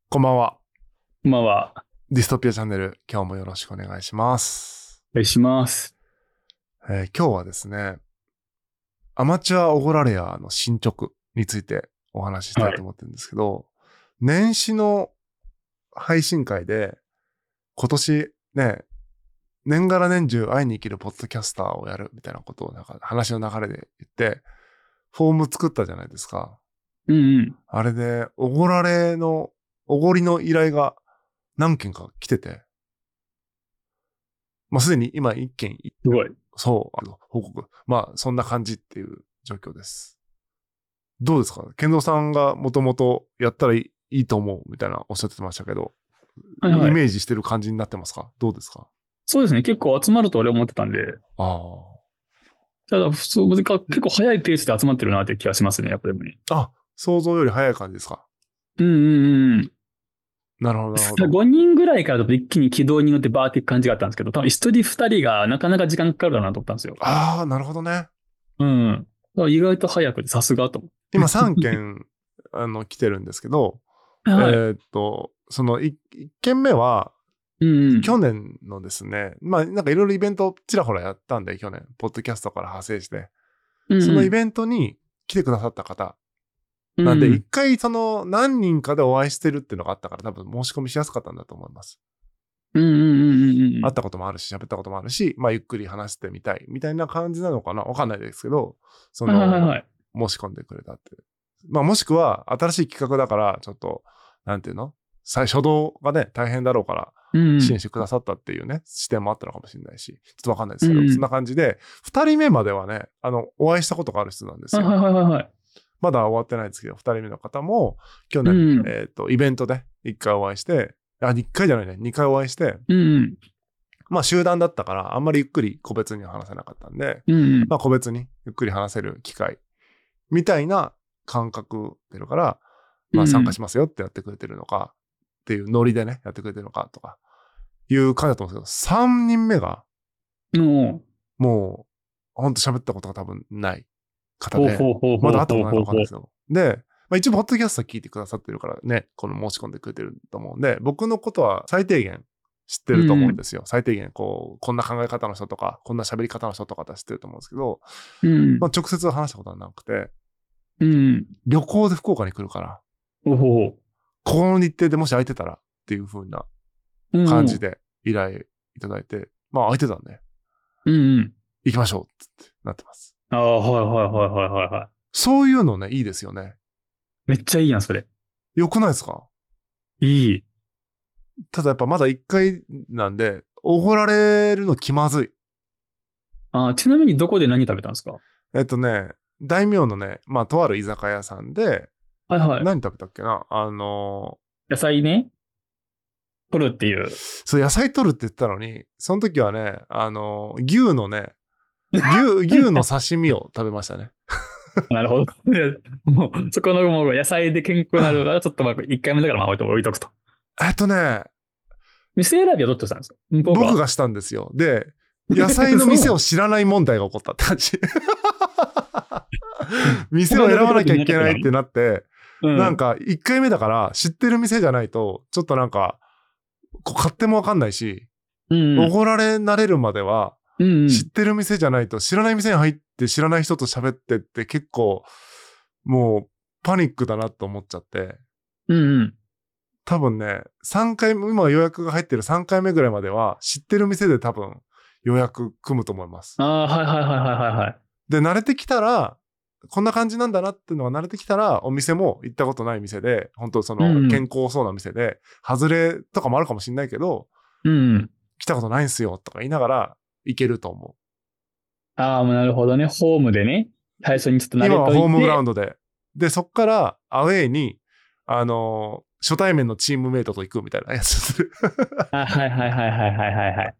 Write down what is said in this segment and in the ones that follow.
こんばんは。 今は、 ディストピアチャンネル、今日もよろしくお願いします。 お願いします。 今日はですね、アマチュアオゴラレアの進捗についてお話ししたいと思ってるんですけど、年始の配信会で、今年ね、年がら年中会いに生きるポッドキャスターをやるみたいなことを話の流れで言って、フォーム作ったじゃないですか。 うんうん。 あれで、おごりの依頼が何件か来てて、すでに今一件すごい。 そう、報告。そんな感じっていう状況です。どうですか？健三さんがもともとやったらいいと思うみたいなおっしゃってましたけど、 はいはい。 イメージしてる感じになってますか？どうですか？ そうですね。結構集まると俺思ってたんで、 あただ普通、結構早いペースで集まってるなっていう気がしますね、やっぱりね。 あ。想像より早い感じですか？ うんうんうん。 なるほど、なるほど。 5人ぐらいからだと一気に軌道に乗ってバーっていく感じがあったんですけど、多分1人2人がなかなか時間かかるだなと思ったんですよ。 ああ、なるほどね。 うん。だから意外と早くてさすがと思今3件、来てるんですけど、 う。はい。 その1件目は、 うんうん。 去年のですね、なんかいろいろイベントちらほらやったんで、去年、ポッドキャストから派生して、そのイうんベントに来てくださった方、 うん。 なんで、一うん。 回その何人かでお会いしてるっていうのがあったから、多分申し込みしやすかったんだと思います。 うんうんうんうん。 会ったこともあるし、喋ったこともあるし、ゆっくり話してみたい、みたいな感じなのかなわかんないですけど、そはいはいはいの、 はい。 申し込んでくれたって。もしくは、新しい企画だから、ちょっと、なんていうの初動がね、大変だろうから、 うんうん。 支援してくださったっていうね、視点もあったのかもしれないし、ちょっとわかんないですけど、そんうんうん。 な感じで、二人目まではね、お会いしたことがある人なんですよ。 はいはいはいはいはい。 まだ終わってないですけど、二人目の方も、去う年、 ん。 イベントで一回お会いして、一回じゃないね、二回お会いして、 うん集団だったから、あんまりゆっくり個別には話せなかったんで、 うん。うん。 個別にゆっくり話せる機会、みたいな感覚出るから、参加うん。 しますよってやってくれてるのか、っていうノリでね、やってくれてるのかとか、いう感じだと思うんですけど、三人目が、 の、 もう、ほんと喋ったことが多分ない方ほうで、 ほうほうほうまだ会ったことないかほうほうほう。 わかんないですよ。で、一応、ポッドキャスト聞いてくださってるからね、この申し込んでくれてると思うんで、僕のことは最低限知ってると思うんですよ。最低限、こんな考え方の人とか、こんな喋り方の人とか知ってると思うんですけど、 うん。 直接話したことはなくて、 うん。 旅行で福岡に来るから、 ほうほうほこの日程でもし空いてたらっていう風なう。うん。 感じで依頼いただいて、空いてたんで、 うん。 行きましょうってなってます。 ああ、はいはいはいはいはいはそういうのね、いいですよね。 い。めっちゃいいやん、それ。 よくないですか？ いい。 ただやっぱまだ一回なんで、おごられるの気まずい。 ちなみにどこで何食べたんですか？ えっとね、大名のね、とある居酒屋さんで、 はいはい。 何食べたっけな野菜ね、取るっていう。 そう、野菜取るって言ったのに、その時はね、牛のね、牛の刺身を食べましたね。 なるほど。でもう、そこのもう野菜で健康になるから、ちょっと一回目だから置いとくと。 えっとね、 店選びはどっちしたんですか？向こうが。 僕がしたんですよ。で、野菜の店をそうなの？ 知らない問題が起こったって感じ。店を選他のところでばなきゃい見なかったから。 けないってなって、 うん。 1回目だから知ってる店じゃないと、ちょっと買ってもわかんないし、 うん。 おごられ慣れるまでは、 うん。 知ってる店じゃないと、知らない店に入って知らない人と喋ってって結構、もうパニックだなと思っちゃって、 うん。 多分ね、3回目、今予約が入ってる3回目ぐらいまでは、知ってる店で多分予約組むと思います。 ああ、はいはいはいはいはいはい。 で、慣れてきたら、こんな感じなんだなっていうのが慣れてきたら、お店も行ったことない店で、本当そのうん。 健康そうな店で、外れとかもあるかもしれないけど、 うん。 来たことないんすよとか言いながら行けると思う。 ああ、なるほどね。ホームでね。最初にちょっと慣れと今はホームグラウンいて。 ドで。で、そっからアウェイに、初対面のチームメイトと行くみたいなやつする。 あ、はいはいはいはいはいはいはい。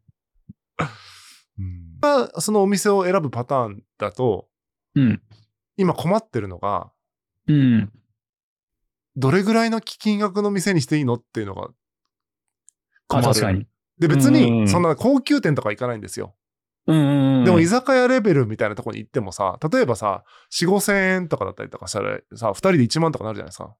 そのお店を選ぶパターンだと、 うん。 今困ってるのが、 うん。 どれぐらいの金額の店にしていいのっていうのがあ、 困る。 確かに。 で、 う別に、そんん。 な高級店とか行かないんですよ。 うんでも、居うんうん。 酒屋レベルみたいなところに行ってもさ、例えばさ、4、5千円とかだったりとかしたらさ、2人で1万とかなるじゃないですか。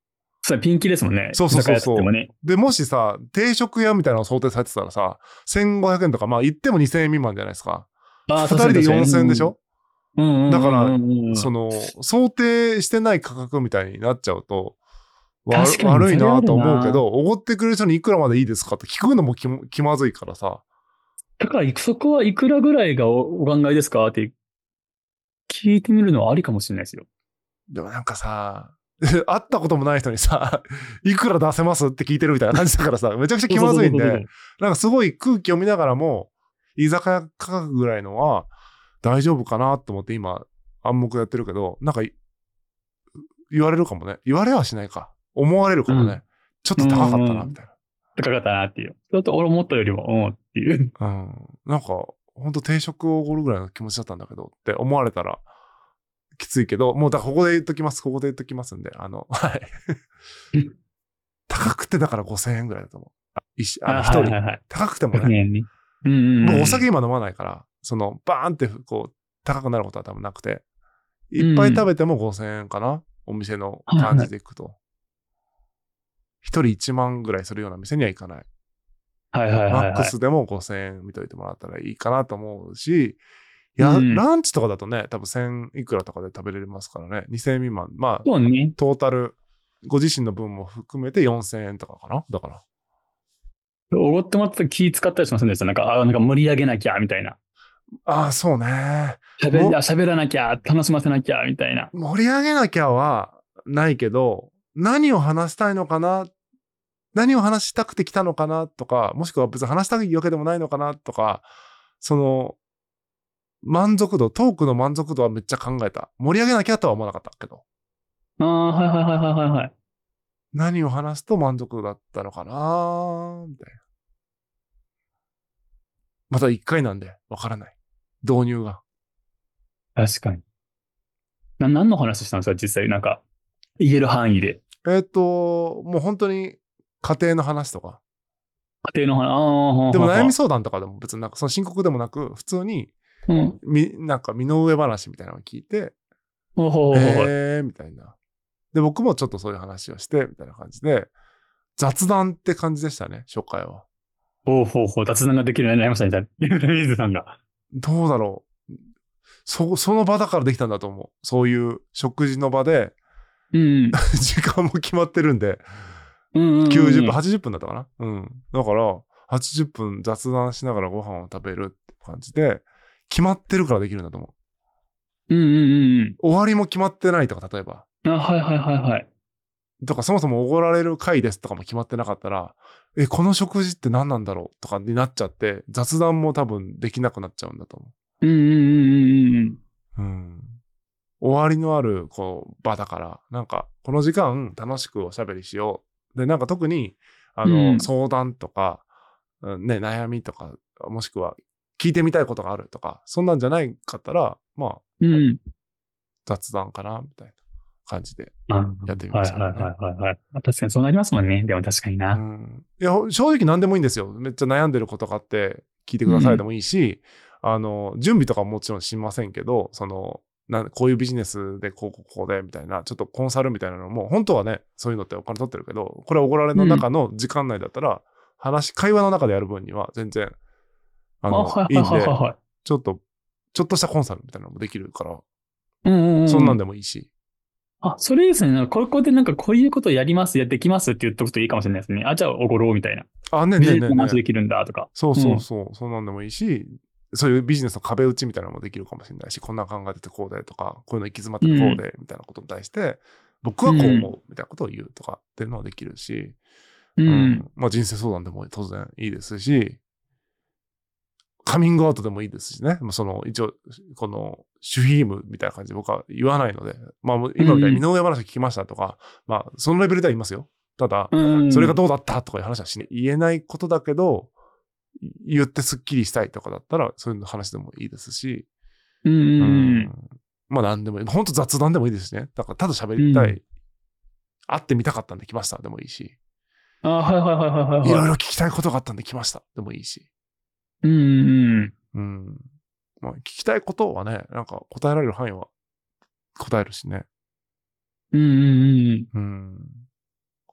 それピンキリですもんね。 そうそうそう居酒屋やってそう。 もね。 で、もしさ、定食屋みたいなのを想定されてたらさ、1500円とか、まあ言っても2000円未満じゃないですか。 ああ、 二人で確かに確かに。 4000円でしょ？ うんうんだから、 うんうんうんうん。 想定してない価格みたいになっちゃうと、 確かに、 悪いそれあるなと思うけな。 ど、おごってくれる人にいくらまでいいですかって聞くのも気まずいからさ。 だから、そこはいくらぐらいがお考えですかって聞いてみるのはありかもしれないですよ。 でもなんかさ、会ったこともない人にさ、いくら出せますって聞いてるみたいな感じだからさ、めちゃくちゃ気そうそうそうまずいんで、 そうそう。 なんかすごい空気を見ながらも、居酒屋価格ぐらいのは大丈夫かなと思って今、暗黙やってるけど、なんか言われるかもね。言われはしないか。思われるかもね。 うん。 ちょっうと高かったな、みんうん。 たい高かったなっていう。それと俺思ったよりも、うんっていう。 な。うん。なんか、ほんと定食をおごるぐらいの気持ちだったんだけどって思われたらきついけど、もうだからここで言っときます。ここで言っときますんで、はい。高くてだから5000円ぐらいだと思う。 あ、 一人。 はいはいはい。100 高くてもね。 円に。うんうん僕おうん。 酒今飲まないから、バーンってこう、高くなることは多分なくて、いっぱいうんうん。 食べても5000円かな？お店の感はいはい。 じでいくと。一人1万ぐらいするような店には行かない。 はいはいマッはいはい。 クスでも5000円見といてもらったらいいかなと思うし、 うんうん。 ランチとかだとね、多分1000いくらとかで食べれますからね。2000円未満。まあ、 そうね。 トータル、ご自身の分も含めて4000円とかかなだから。 おごってもらったら気使ったりしませんでした？なんか、なんか盛り上げなきゃ、みたいな。 ああ、そうね。も、 喋らなきゃ、楽しませなきゃ、みたいな。 盛り上げなきゃはないけど、何を話したいのかな、何を話したくて来たのかなとか、もしくは別に話したいわけでもないのかなとか、その、満足度、トークの満足度はめっちゃ考えた。盛り上げなきゃとは思わなかったけど。 ああ、はいはいはいはいはいはい。 何を話すと満足度だったのかなみたいな。また一回なんで、わからない。導入が。 確かに。何の話したんですか実際、なんか、言える範囲で。 もう本当に家庭の話とか。 家庭の話、ああ、はでも悩みはは。 相談とかでも別になんかその深刻でもなく、普通に、 うん。 なんか身の上話みたいなのを聞いて、 ほうほうほうほう。 へーみたいな。で、僕もちょっとそういう話をして、みたいな感じで、雑談って感じでしたね、初回は。 ほうほうほう。雑談ができるようになりましたね。じゃあ、水野さんが。 どうだろう。その場だからできたんだと思う。そういう食事の場で、 うん。 時間も決まってるんで、 うんうん 90分、 うん 80分だったかな。うん。だから、80分雑談しながらご飯を食べるって感じで、決まってるからできるんだと思うん。うんうんうんう。終わりも決まってないとか、例えば。 うん。あ、はいはいはいはい。 とか、そもそもおごられる回ですとかも決まってなかったら、この食事って何なんだろうとかになっちゃって、雑談も多分できなくなっちゃうんだと思うんうんうんうんう。うん。終わりのある、場だから、なんか、この時間楽しくおしゃべりしよう。で、なんか特に、 うん。うん。 相談とか、ね、悩みとか、もしくは聞いてみたいことがあるとか、そんなんじゃないかったら、まあ、 うん。 雑談かな、みたいな感じであ、 やってみまはいしたけどね。 はいはいはいはい。確かにそうなりますもんね。でも確かにな。 うん。いや、正直何でもいいんですよ。めっちゃ悩んでることがあって、聞いてくうん。 ださいでもいいし、準備とかももちろんしませんけど、こういうビジネスでこうで、みたいな、ちょっとコンサルみたいなのも、本当はね、そういうのってお金取ってるけど、これはおごられうん。 の中の時間内だったら、会話の中でやる分には全然、 あ、はいはいいいんで、 はいはいはい。 ちょっと、ちょっとしたコンサルみたいなのもできるから、 うんうんそんなんうん。 でもいいし。 あ、それいいですね。なんかここでなんかこういうことやります、できますって言っとくといいかもしれないですね。あ、じゃあおごろうみたいな。 あ、ねえビジねえねえねえ。 ネスの話できるんだとか。 そううん。 そうそう、そんなんでもいいし、そういうビジネスの壁打ちみたいなのもできるかもしれないし、こんなん考えててこうでとか、こういうの行き詰まっててこううん。 でみたいなことに対して、僕はこう思うん。 うみたいなことを言うとかっていうのはできるし、うん。 うん。 まあ人生相談でも当然いいですし、カミングアウトでもいいですしね。一応、この、守秘義務みたいな感じで僕は言わないので、まあ今みたいに身うん。 の上話聞きましたとか、まあそのレベルでは言いますよ。ただ、 うそれがん。 どうだったとかいう話は言えないことだけど、言ってスッキリしたいとかだったら、そういう話でもいいですし、 うん。 ううん。 ん。まあ何でもいい。本当雑談でもいいですしね。だからただ喋うん。 りたい。会ってみたかったんで来ましたでもいいし、 あ、はいはいはいはいはいはい。 いろいろ聞きたいことがあったんで来ましたでもいいし。 うん。 うん。まあ聞きたいことはね、なんか答えられる範囲は答えるしね。 うん。うん。 うん。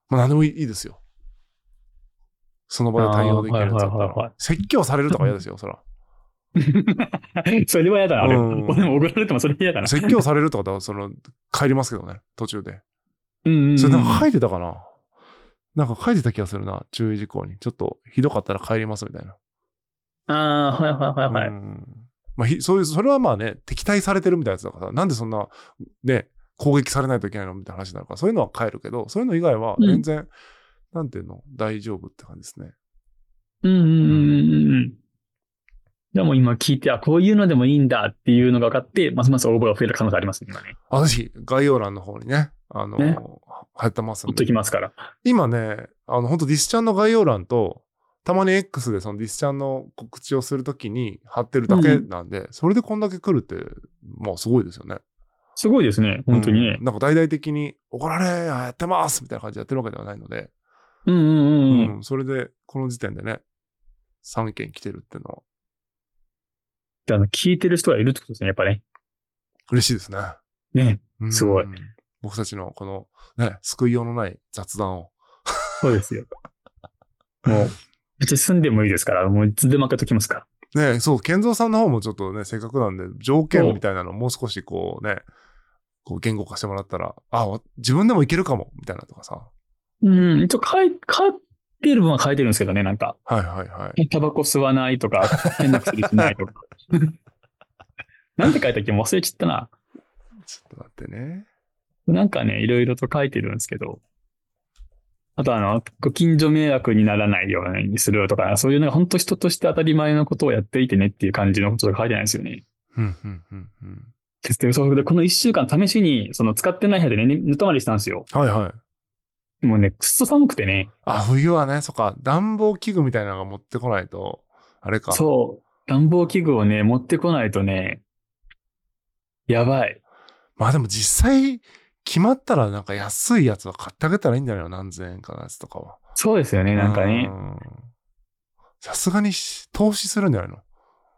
まあ何でもいいですよ。その場で対応できるやつだったら。説教されるとか嫌ですよ、そら。 それは嫌だな、あれ。でうんも怒られてもそれ嫌だな。 説教されるとかだったら、帰りますけどね、途中で。 うんそれなんか書いてたかな。なんか書いてた気がするな、注意事項に。ちょっとひどかったら帰りますみたいな。 ああ、はい。 まあ、それはまあね、敵対されてるみたいなやつだから、なんでそんな、ね、攻撃されないといけないのみたいな話になるから、そういうのは帰るけど、そういうの以外は全然、なんていうの、大丈夫って感じですね。 でも今聞いて、こういうのでもいいんだっていうのが分かって、ますます応募が増える可能性ありますね、今ね。 私、概要欄の方にね、入ってますんで。 ほっときますから。 今ね、本当ディスちゃんの概要欄と、たまに X でそのディスちゃんの告知をするときに貼ってるだけなんで、それでこんだけ来るって、もうすごいですよね。 すごいですね、本当にね。 なんか大々的に、怒られやってますみたいな感じでやってるわけではないので、それで、この時点でね、3件来てるっていうのは。 聞いてる人がいるってことですね、やっぱね。 嬉しいですね。 ね、すごい。 僕たちのこの、ね、救いようのない雑談を。 そうですよ。もう、別に住んでもいいですから、もういつでも開けときますから。 ね、そう、健三さんの方もちょっとね、せっかくなんで、条件みたいなのをもう少しこうね、こう言語化してもらったら、自分でもいけるかも、みたいなとかさ。 一応書いてる分は書いてるんですけどね、なんか。タバコ吸わないとか、変な薬しないとか。なんて書いたっけ忘れちゃったな。 ちょっと待ってね。 なんかね、いろいろと書いてるんですけど。あとご近所迷惑にならないようにするとか、そういうのが本当人として当たり前のことをやっていてねっていう感じのことが書いてないんですよね。で、この1週間試しに、使ってない部屋でね、寝泊まりしたんですよ。もうね、くっそ寒くてね。 冬はね、そっか、暖房器具みたいなのが持ってこないと、あれか。 そう。暖房器具をね、持ってこないとね、やばい。 まあでも実際、決まったらなんか安いやつは買ってあげたらいいんじゃないの？何千円かのやつとかは。 そうですよね、なんかね。 さすがに投資するんじゃないの？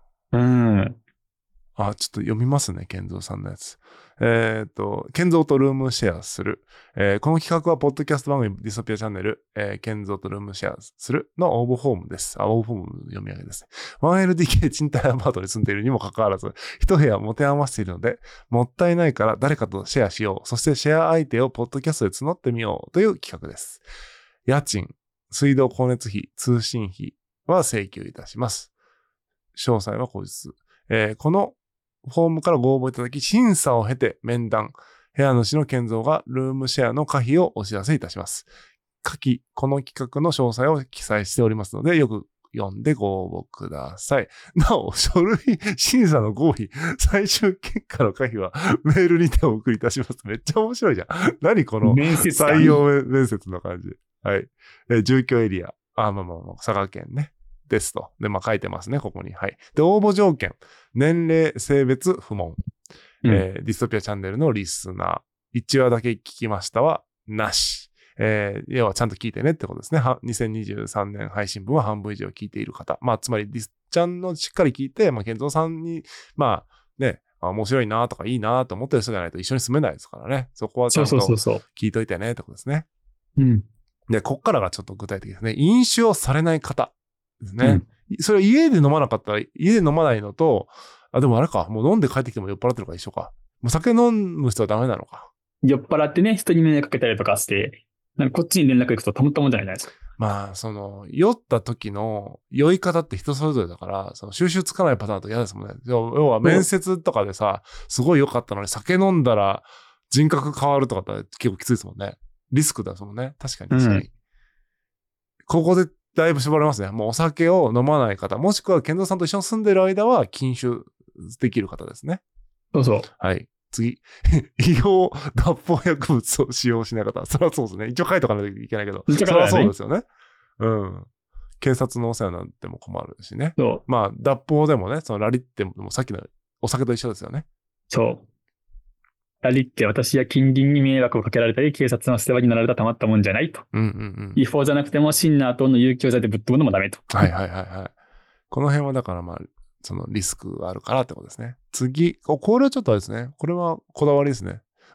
ちょっと読みますね、健三さんのやつ。健三とルームシェアする。この企画は、ポッドキャスト番組ディストピアチャンネル、健三とルームシェアするの応募フォームです。応募フォームの読み上げですね。1LDK 賃貸アパートに住んでいるにもかかわらず、一部屋持て余しているので、もったいないから誰かとシェアしよう。そしてシェア相手をポッドキャストで募ってみようという企画です。家賃、水道光熱費、通信費は請求いたします。詳細は後日。このフォームからご応募いただき、審査を経て面談、部屋主の健三がルームシェアの可否をお知らせいたします。この企画の詳細を記載しておりますので、よく読んでご応募ください。なお、書類審査の合否、最終結果の可否はメールにてお送りいたします。めっちゃ面白いじゃん。何この採用面接の感じ。はい。住居エリア。佐賀県ね。ですと。で、書いてますね、ここに。はい。で、応募条件。年齢、性別、不問。ディストピアチャンネルのリスナー。1話だけ聞きましたは、なし。要はちゃんと聞いてねってことですね。2023年配信分は半分以上聞いている方。つまりディスちゃんのしっかり聞いて、健三さんに、面白いなとかいいなと思ってる人じゃないと一緒に住めないですからね。そこはちゃんと聞いといてねってことですね。で、こっからがちょっと具体的ですね。飲酒をされない方ですね。それを家で飲まなかったら、家で飲まないのと、でもあれか、もう飲んで帰ってきても酔っ払ってるから一緒か。もう酒飲む人はダメなのか。 酔っ払ってね、人に迷惑かけたりとかして、こっちに連絡行くとたまったもんじゃないですか。 酔った時の酔い方って人それぞれだから、収集つかないパターンだと嫌ですもんね。要は面接とかでさ、すごい良かったのに酒飲んだら人格変わるとかって結構きついですもんね。リスクだもんね。確かに。ここでだいぶ絞られますね。もうお酒を飲まない方、もしくは健三さんと一緒に住んでる間は禁酒できる方ですね。 そう。 はい。次。違法脱法薬物を使用しない方。それはそうですね。一応書いとかないといけないけど。それはそうですよね。警察のお世話になっても困るしね。脱法でもね、ラリってもさっきのお酒と一緒ですよね。 そう。ラリって私や近隣に迷惑をかけられたり、警察の世話になられたらたまったもんじゃないと。違法じゃなくても、シンナー等の有給罪でぶっ飛ぶのもダメと。 この辺はだからリスクがあるからってことですね。次、これはちょっとあれですね。これはこだわりですね。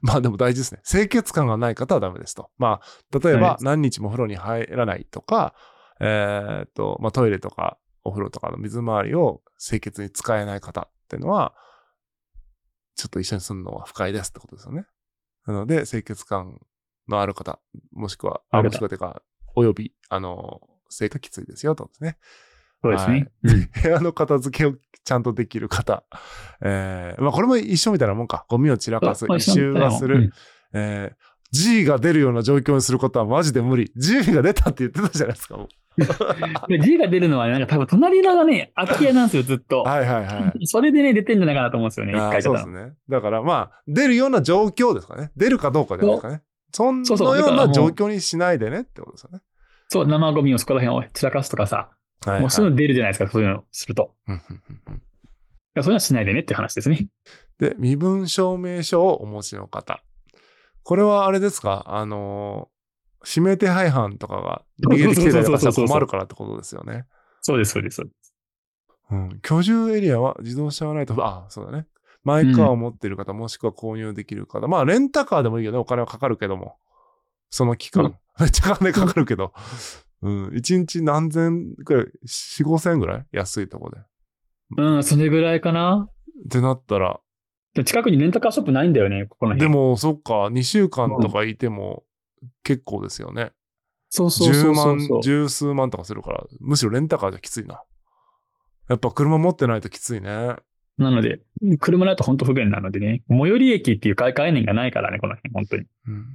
まあでも大事ですね。清潔感がない方はダメですと。まあ、例えば何日も風呂に入らないとか、まあトイレとかお風呂とかの水回りを清潔に使えない方っていうのは、ちょっと一緒に住むのは不快ですってことですよね。なので、清潔感のある方、もしくはというか、および、生活きついですよってことですね。 そうですね。 はい。部屋の片付けをちゃんとできる方。まあこれも一緒みたいなもんか。ゴミを散らかす、異臭がする。G が出るような状況にすることはマジで無理。G が出たって言ってたじゃないですか、もう。 G が出るのはね、なんか多分隣がね、空き家なんですよ、ずっと。 はいはいはい。 それでね、出てんじゃないかなと思うんですよね、一回そうですね。だからまあ、出るような状況ですかね。出るかどうかじゃないですかね。そのような状況にしないでねってことですよね。 そう、生ゴミをそこら辺を散らかすとかさ。はいはい、もうすぐ出るじゃないですか、そういうのすると。そういうのはしないでねっていう話ですね。 で、身分証明書をお持ちの方。これはあれですか指名手配犯とかが逃げてきてたりとかしたら困るからってことですよね。 そうです、そうです、そうです。 居住エリアは自動車がないと、そうだね。マイカーを持っている方、もしくは購入できる方。まあ、レンタカーでもいいよね。お金はかかるけども。その期間。めっちゃ金かかるけど。1日何千くらい、4、5千ぐらい安いとこで。 それぐらいかな。 ってなったら。 近くにレンタカーショップないんだよね、ここの辺。 でも、そっか、2週間とかいても結構ですよね。 そうそうそうそうそう。 十数万とかするから、むしろレンタカーじゃきついな。やっぱ車持ってないときついね。 なので、車だと本当不便なのでね、最寄り駅っていう概念がないからね、この辺、本当に。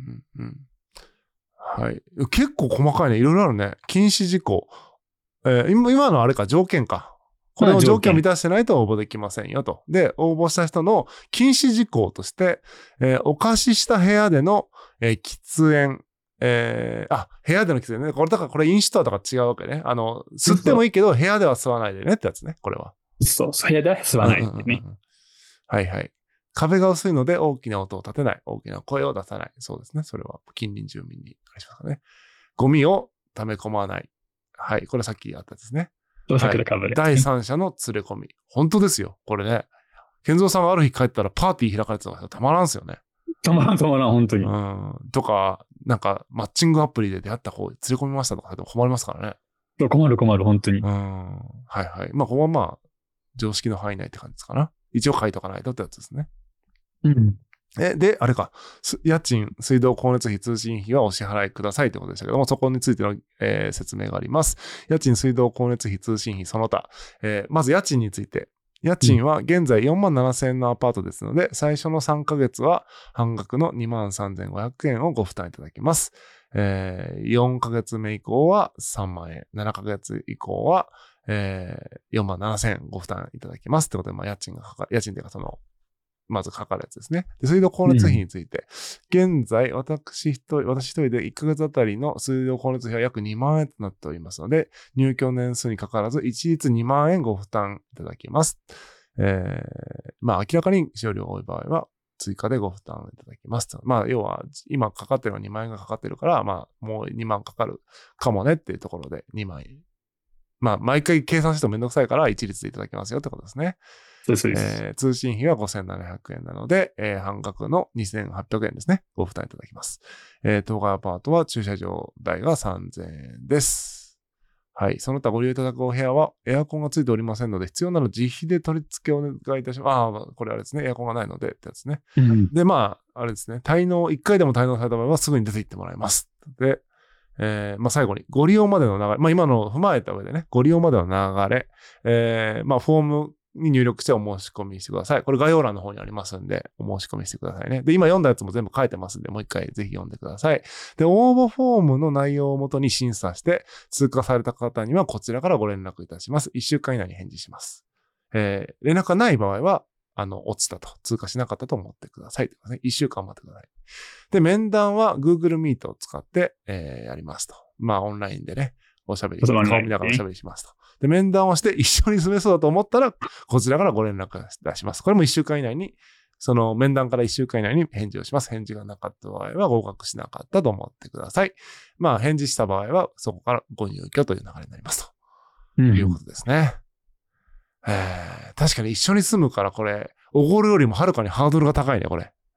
はい。結構細かいね。いろいろあるね。禁止事項。今のあれか、条件か。これの条件を満たしてないと応募できませんよと。で、応募した人の禁止事項として、お貸しした部屋での、喫煙。部屋での喫煙ね。だからこれインストアとか違うわけね。吸ってもいいけど、部屋では吸わないでねってやつね。これは。 そう、部屋では吸わないってね。 はいはい。壁が薄いので大きな音を立てない。大きな声を出さない。そうですね。それは近隣住民にお願いしますかね。ゴミを溜め込まない。はい。これさっきあったですね。 さっきの壁で。 第三者の連れ込み。本当ですよ。これね。健三さんがある日帰ったらパーティー開かれてたのがたまらんすよね。 たまらん、本当に。 とか、なんか、マッチングアプリで出会った子を連れ込みましたとかでも困りますからね。 困る、本当に。 はいはい。まあ、ここはまあ、常識の範囲内って感じですかな。一応書いとかないとってやつですね。で、あれか。家賃、水道、光熱費、通信費はお支払いくださいということでしたけども、そこについての、説明があります。家賃、水道、光熱費、通信費、その他。まず家賃について。家賃は現在47,000円のアパートですので、最初の3ヶ月は半額の23,500円をご負担いただきます。4ヶ月目以降は3万円。7ヶ月以降は、47,000円ご負担いただきます。ってことで、まあ、家賃というかまずかかるやつですね。で、水道光熱費について。現在、私一人で1ヶ月あたりの水道光熱費は約2万円となっておりますので、入居年数にかかわらず、一律2万円ご負担いただきます。まあ、明らかに使用量が多い場合は、追加でご負担いただきます。まあ、要は、今かかってるのは2万円がかかってるから、まあ、もう2万かかるかもねっていうところで2万円。まあ、毎回計算してもめんどくさいから一律でいただきますよってことですね。 そうです。 通信費は5,700円なので、半額の2,800円ですね。ご負担いただきます。当該アパートは駐車場代が3,000円です。はい。その他ご利用いただくお部屋はエアコンがついておりませんので、必要なら自費で取り付けをお願いいたします。これあれですね。エアコンがないのでってやつね。で、まあ、あれですね。1回でも滞納された場合はすぐに出て行ってもらいます。で、まあ、最後に、ご利用までの流れ。まあ、今のを踏まえた上でね、ご利用までの流れ。まあ、フォームに入力してお申し込みしてください。これ概要欄の方にありますんで、お申し込みしてくださいね。で、今読んだやつも全部書いてますんで、もう一回ぜひ読んでください。で、応募フォームの内容をもとに審査して、通過された方にはこちらからご連絡いたします。1週間以内に返事します。連絡がない場合は、落ちたと、通過しなかったと思ってください。1週間待ってください。で、面談は Google Meet を使って、やりますと。まあ、オンラインでね、おしゃべり、顔見ながらおしゃべりしますと。で、面談をして一緒に住めそうだと思ったら、こちらからご連絡出します。これも1週間以内に、その面談から1週間以内に返事をします。返事がなかった場合は合格しなかったと思ってください。まあ、返事した場合は、そこからご入居という流れになりますと。いうことですね。確かに一緒に住むからこれ、おごるよりもはるかにハードルが高いね、これ。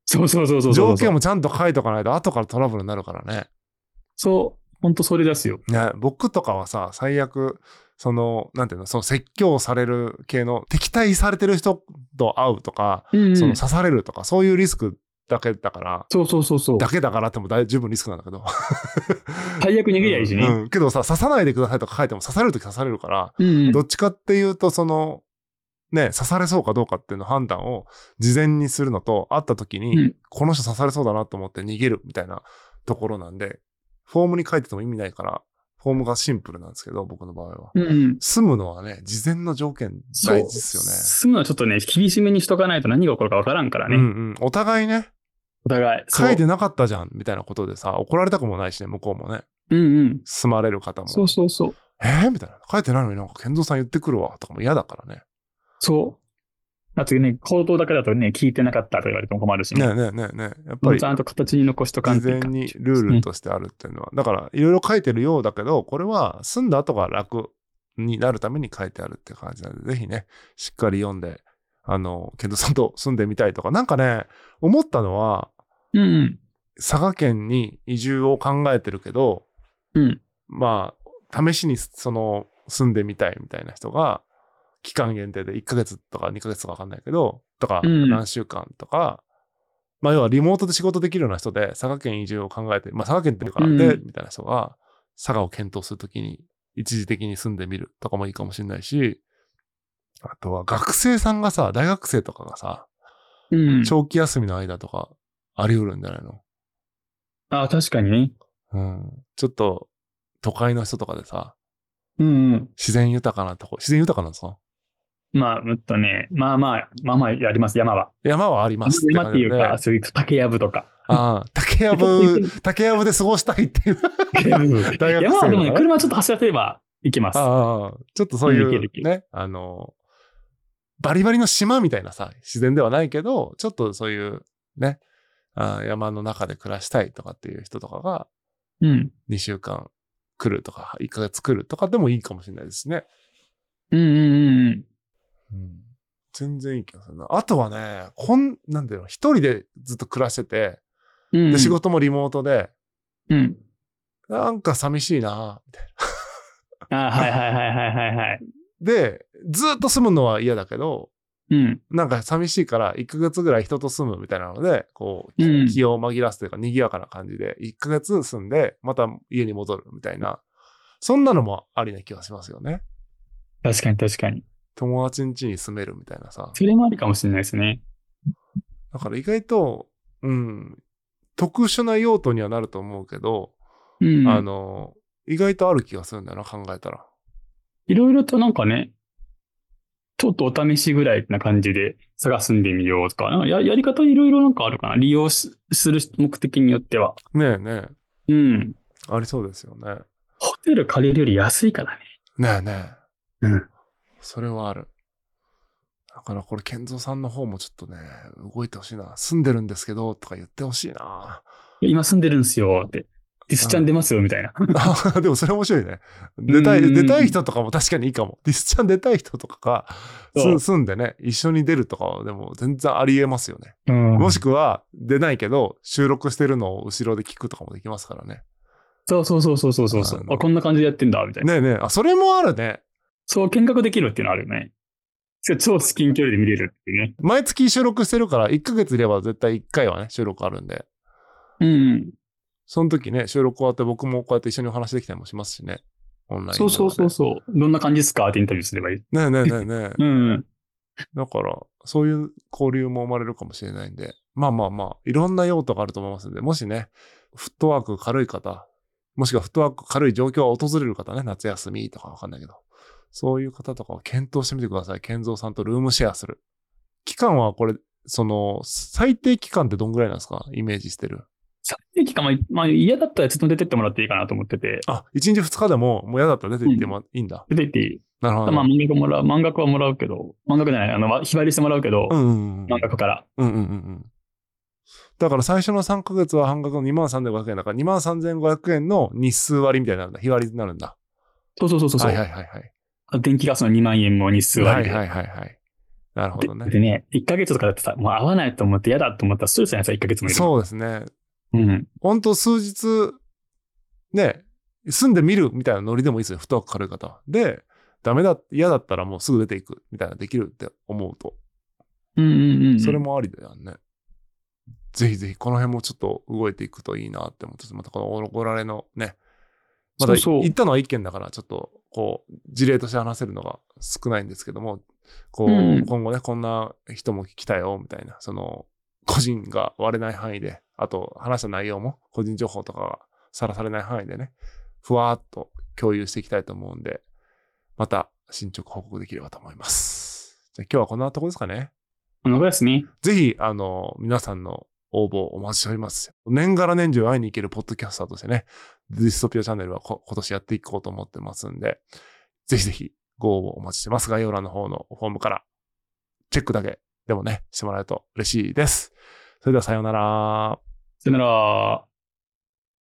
そうそうそうそうそう条件もちゃんと書いとかないと後からトラブルになるからね。 そう、ほんとそれですよ。 ね、僕とかはさ、最悪、なんていうの、その説教される系の、敵対されてる人と会うとか、 うんうん。 刺されるとか、そういうリスクだけだから、 そうそうそうそう。 だけだからっても十分リスクなんだけど。 最悪逃げりゃいいしね。 うん。けどさ、刺さないでくださいとか書いても刺されるとき刺されるから、 うんうん。 どっちかっていうと、ね、刺されそうかどうかっていうの判断を事前にするのと、会った時に、 うんこの人刺されそうだなと思って逃げるみたいなところなんで、フォームに書いてても意味ないから、フォームがシンプルなんですけど、僕の場合は。 うんうん。 住むのはね、事前の条件そう。 大事ですよね。 住むのはちょっとね、厳しめにしとかないと何が起こるかわからんからね。 うんうん。お互いね、 お互い。 書いてなかったじゃん、みたいなことでさ、怒られたくもないしね、向こうもね。 うんうん。 住まれる方も。 そうそうそう。 みたいな。書いてないのになんか、健三さん言ってくるわ、とかも嫌だからね。 そう。あとね、口頭だけだとね、聞いてなかったと言われても困るしね。 ねえねえねえねえ。やっぱり、 ちゃんと形に残しとかん事というか。 前にルールとしてあるっていうのは。だから、いろいろ書いてるようだけど、これは住んだ後が楽になるために書いてあるって感じなので、ぜひね、しっかり読んで、健三さんと住んでみたいとか、なんかね、思ったのは、 うんうん。 佐賀県に移住を考えてるけど、 うん。 まあ、試しに住んでみたいみたいな人が、期間限定で1ヶ月とか2ヶ月とかわかんないけど、とか何週間とか、まあ要はリモートで仕事できるような人で佐賀県移住を考えて、まあ佐賀県っていうからで、みたいな人が佐賀を検討するときに一時的に住んでみるとかもいいかもしれないし、あとは学生さんがさ、大学生とかがさ、長期休みの間とかあり得るんじゃないの？ ああ、確かにね。 うん。ちょっと都会の人とかでさ、 うんうん。 自然豊かなとこ、自然豊かなんですか？ まあ、まあまあやります、山は。 山はありますって山感じで。 っていうか、そういう竹やぶとか。 ああ、竹やぶで過ごしたいっていう。大学生山はでもね、 だから車ちょっと走らせれば行けます。 ああ、ちょっとそういういけるね、バリバリの島みたいなさ、自然ではないけど、ちょっとそういうね、山の中で暮らしたいとかっていう人とかが、2週間来るとか、1ヶ月来るとかでもいいかもしれないですね。全然いい気がするな。あとはね、なんだよ、一人でずっと暮らしてて、で、仕事もリモートで、なんか寂しいなみたいな。はいはいはいはいはいはい。 で、ずっと住むのは嫌だけど、なんか寂しいから1ヶ月ぐらい人と住むみたいなので、こう、気を紛らわすというか賑やかな感じで、1ヶ月住んで、また家に戻るみたいな、そんなのもありな気がしますよね。 確かに確かに。 友達ん家に住めるみたいなさ。 それもありかもしれないですね。 だから意外と、特殊な用途にはなると思うけど、意外とある気がするんだよな、考えたら。 いろいろとなんかね、ちょっとお試しぐらいな感じで探すんでみようとか、なんかやり方いろいろなんかあるかな。利用する目的によっては。 ねえねえ。 ありそうですよね。 ホテル借りるより安いからね。 ねえねえ。 それはある。だからこれ、健三さんの方もちょっとね、動いてほしいな。住んでるんですけど、とか言ってほしいな。 今住んでるんすよって。ディスちゃん出ますよみたいな。 でもそれ面白いね。出たい人とかも確かにいいかも。ディスちゃん出たい人とかが住んでね、一緒に出るとかはでも全然ありえますよね。もしくは出ないけど収録してるのを後ろで聞くとかもできますからね。 そう。こんな感じでやってんだ、みたいな。 ねえ、それもあるね。 そう、見学できるっていうのあるよね。超至近距離で見れるっていうね。 毎月収録してるから1ヶ月いれば絶対1回はね、収録あるんで。その時ね、収録終わって僕もこうやって一緒にお話できたりもしますしね。オンラインで。 そう。どんな感じですかってインタビューすればいい。 ねえ。だから、そういう交流も生まれるかもしれないんで。まあ、いろんな用途があると思いますので、もしね、フットワーク軽い方、もしくはフットワーク軽い状況が訪れる方ね、夏休みとかわかんないけど、そういう方とかを検討してみてください。健三さんとルームシェアする。期間はこれ、最低期間ってどんぐらいなんですか？イメージしてる。 最低期間、まあ嫌だったらちょっと出てってもらっていいかなと思ってて。 あ、1日2日でももう嫌だったら出て行ってもいいんだ。 出て行っていい。 なるほど。 まあ満額はもらうけど、満額じゃない、日割りしてもらうけど、満額から。 だから最初の3ヶ月は半額の23,500円だから23,500円の日数割みたいになるんだ。日割りになるんだ。 そう。 はい。 電気ガスの2万円も日数割りで。 はい。 なるほどね。 でね、1ヶ月とかだってさ、もう会わないと思って嫌だと思ったらストレスじゃないですか、1ヶ月もいるの。 そうですね。 うん。 本当数日、ね、住んでみるみたいなノリでもいいですよ。フットワーク軽い方は。で、嫌だったらもうすぐ出ていくみたいなできるって思うと、 うんうんうんうん。 それもありだよね。ぜひぜひこの辺もちょっと動いていくといいなって思って、またこのオゴラレのね、まだそう行ったのは一件だから、ちょっとこう、事例として話せるのが少ないんですけども、こう、 うん今後ね、こんな人も来たよ、みたいな、その、個人が割れない範囲で、あと話した内容も個人情報とかがさらされない範囲でね、ふわーっと共有していきたいと思うんで、また進捗報告できればと思います。じゃあ今日はこんなとこですかね。 このぐらいですね。 ぜひ、皆さんの応募お待ちしております。年がら年中会いに行けるポッドキャスターとしてね、ディストピアチャンネルは今年やっていこうと思ってますんで、ぜひぜひご応募お待ちしてます。概要欄の方のフォームからチェックだけでもね、してもらえると嬉しいです。それではさようなら。 さよなら。